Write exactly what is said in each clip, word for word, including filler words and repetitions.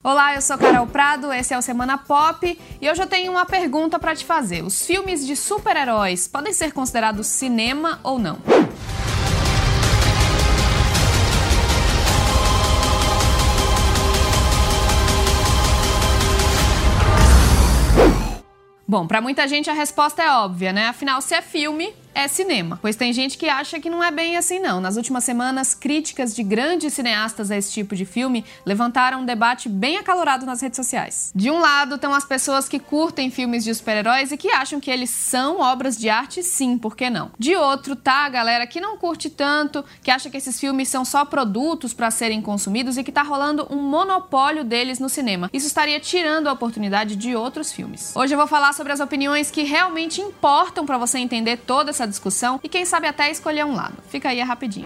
Olá, eu sou Carol Prado, esse é o Semana Pop e hoje eu tenho uma pergunta para te fazer. Os filmes de super-heróis podem ser considerados cinema ou não? Bom, para muita gente a resposta é óbvia, né? Afinal, se é filme, é cinema. Pois tem gente que acha que não é bem assim não. Nas últimas semanas, críticas de grandes cineastas a esse tipo de filme levantaram um debate bem acalorado nas redes sociais. De um lado, estão as pessoas que curtem filmes de super-heróis e que acham que eles são obras de arte, sim, por que não? De outro, tá a galera que não curte tanto, que acha que esses filmes são só produtos para serem consumidos e que tá rolando um monopólio deles no cinema. Isso estaria tirando a oportunidade de outros filmes. Hoje eu vou falar sobre as opiniões que realmente importam para você entender toda essa discussão e quem sabe até escolher um lado. Fica aí rapidinho.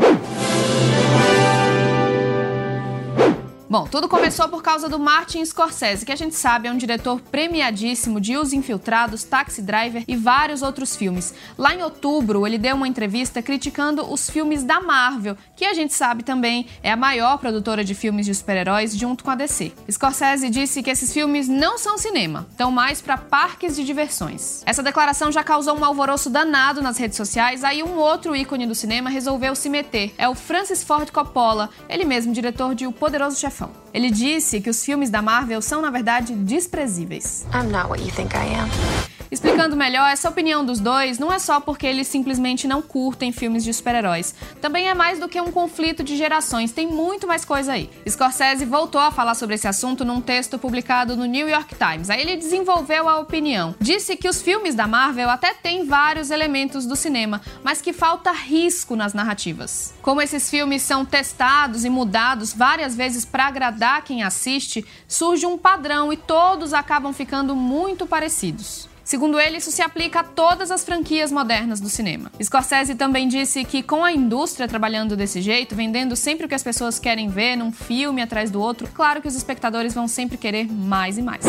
Bom, tudo começou por causa do Martin Scorsese, que a gente sabe é um diretor premiadíssimo de Os Infiltrados, Taxi Driver e vários outros filmes. Lá em outubro, ele deu uma entrevista criticando os filmes da Marvel, que a gente sabe também é a maior produtora de filmes de super-heróis junto com a D C. Scorsese disse que esses filmes não são cinema, estão mais para parques de diversões. Essa declaração já causou um alvoroço danado nas redes sociais, aí um outro ícone do cinema resolveu se meter. É o Francis Ford Coppola, ele mesmo diretor de O Poderoso Chefão. Ele disse que os filmes da Marvel são, na verdade, desprezíveis. I'm not what you think I am. Explicando melhor, essa opinião dos dois não é só porque eles simplesmente não curtem filmes de super-heróis. Também é mais do que um conflito de gerações, tem muito mais coisa aí. Scorsese voltou a falar sobre esse assunto num texto publicado no New York Times. Aí ele desenvolveu a opinião. Disse que os filmes da Marvel até têm vários elementos do cinema, mas que falta risco nas narrativas. Como esses filmes são testados e mudados várias vezes para agradar quem assiste, surge um padrão e todos acabam ficando muito parecidos. Segundo ele, isso se aplica a todas as franquias modernas do cinema. Scorsese também disse que com a indústria trabalhando desse jeito, vendendo sempre o que as pessoas querem ver num filme atrás do outro, claro que os espectadores vão sempre querer mais e mais.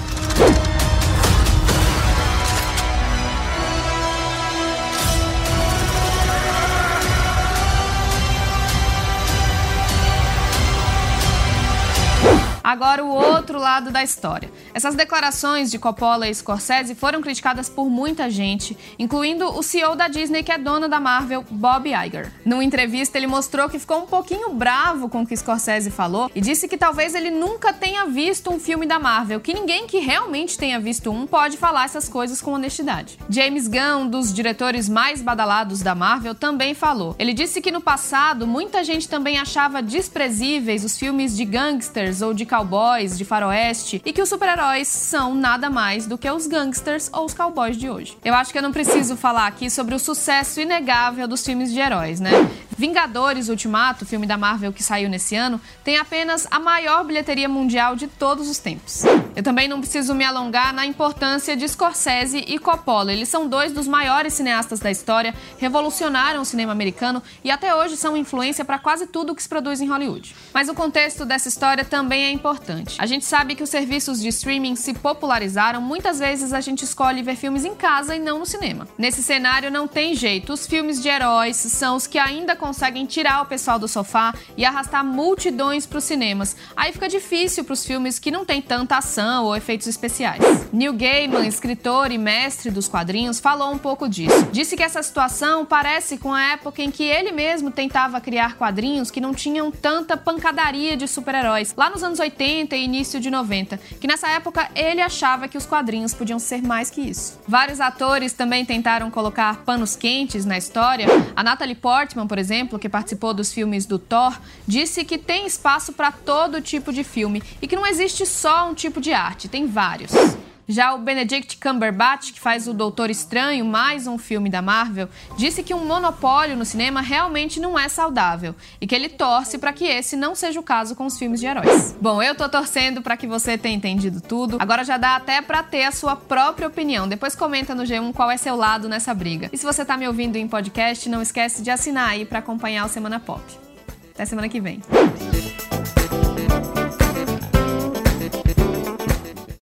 Agora o outro lado da história. Essas declarações de Coppola e Scorsese foram criticadas por muita gente, incluindo o C E O da Disney, que é dona da Marvel, Bob Iger. Numa entrevista, ele mostrou que ficou um pouquinho bravo com o que Scorsese falou e disse que talvez ele nunca tenha visto um filme da Marvel, que ninguém que realmente tenha visto um pode falar essas coisas com honestidade. James Gunn, um dos diretores mais badalados da Marvel, também falou. Ele disse que no passado, muita gente também achava desprezíveis os filmes de gangsters ou de cowboys, de faroeste, e que os super-heróis são nada mais do que os gangsters ou os cowboys de hoje. Eu acho que eu não preciso falar aqui sobre o sucesso inegável dos filmes de heróis, né? Vingadores Ultimato, filme da Marvel que saiu nesse ano, tem apenas a maior bilheteria mundial de todos os tempos. Eu também não preciso me alongar na importância de Scorsese e Coppola. Eles são dois dos maiores cineastas da história, revolucionaram o cinema americano e até hoje são influência para quase tudo que se produz em Hollywood. Mas o contexto dessa história também é importante. A gente sabe que os serviços de streaming se popularizaram, muitas vezes a gente escolhe ver filmes em casa e não no cinema. Nesse cenário não tem jeito, os filmes de heróis são os que ainda conseguem tirar o pessoal do sofá e arrastar multidões para os cinemas. Aí fica difícil para os filmes que não tem tanta ação ou efeitos especiais. Neil Gaiman, escritor e mestre dos quadrinhos, falou um pouco disso. Disse que essa situação parece com a época em que ele mesmo tentava criar quadrinhos que não tinham tanta pancadaria de super-heróis, lá nos anos oitenta e início de noventa, que nessa época ele achava que os quadrinhos podiam ser mais que isso. Vários atores também tentaram colocar panos quentes na história. A Natalie Portman, por exemplo, que participou dos filmes do Thor, disse que tem espaço para todo tipo de filme e que não existe só um tipo de arte, tem vários. Já o Benedict Cumberbatch, que faz o Doutor Estranho, mais um filme da Marvel, disse que um monopólio no cinema realmente não é saudável e que ele torce para que esse não seja o caso com os filmes de heróis. Bom, eu tô torcendo para que você tenha entendido tudo. Agora já dá até para ter a sua própria opinião. Depois comenta no G um qual é seu lado nessa briga. E se você tá me ouvindo em podcast, não esquece de assinar aí para acompanhar o Semana Pop. Até semana que vem.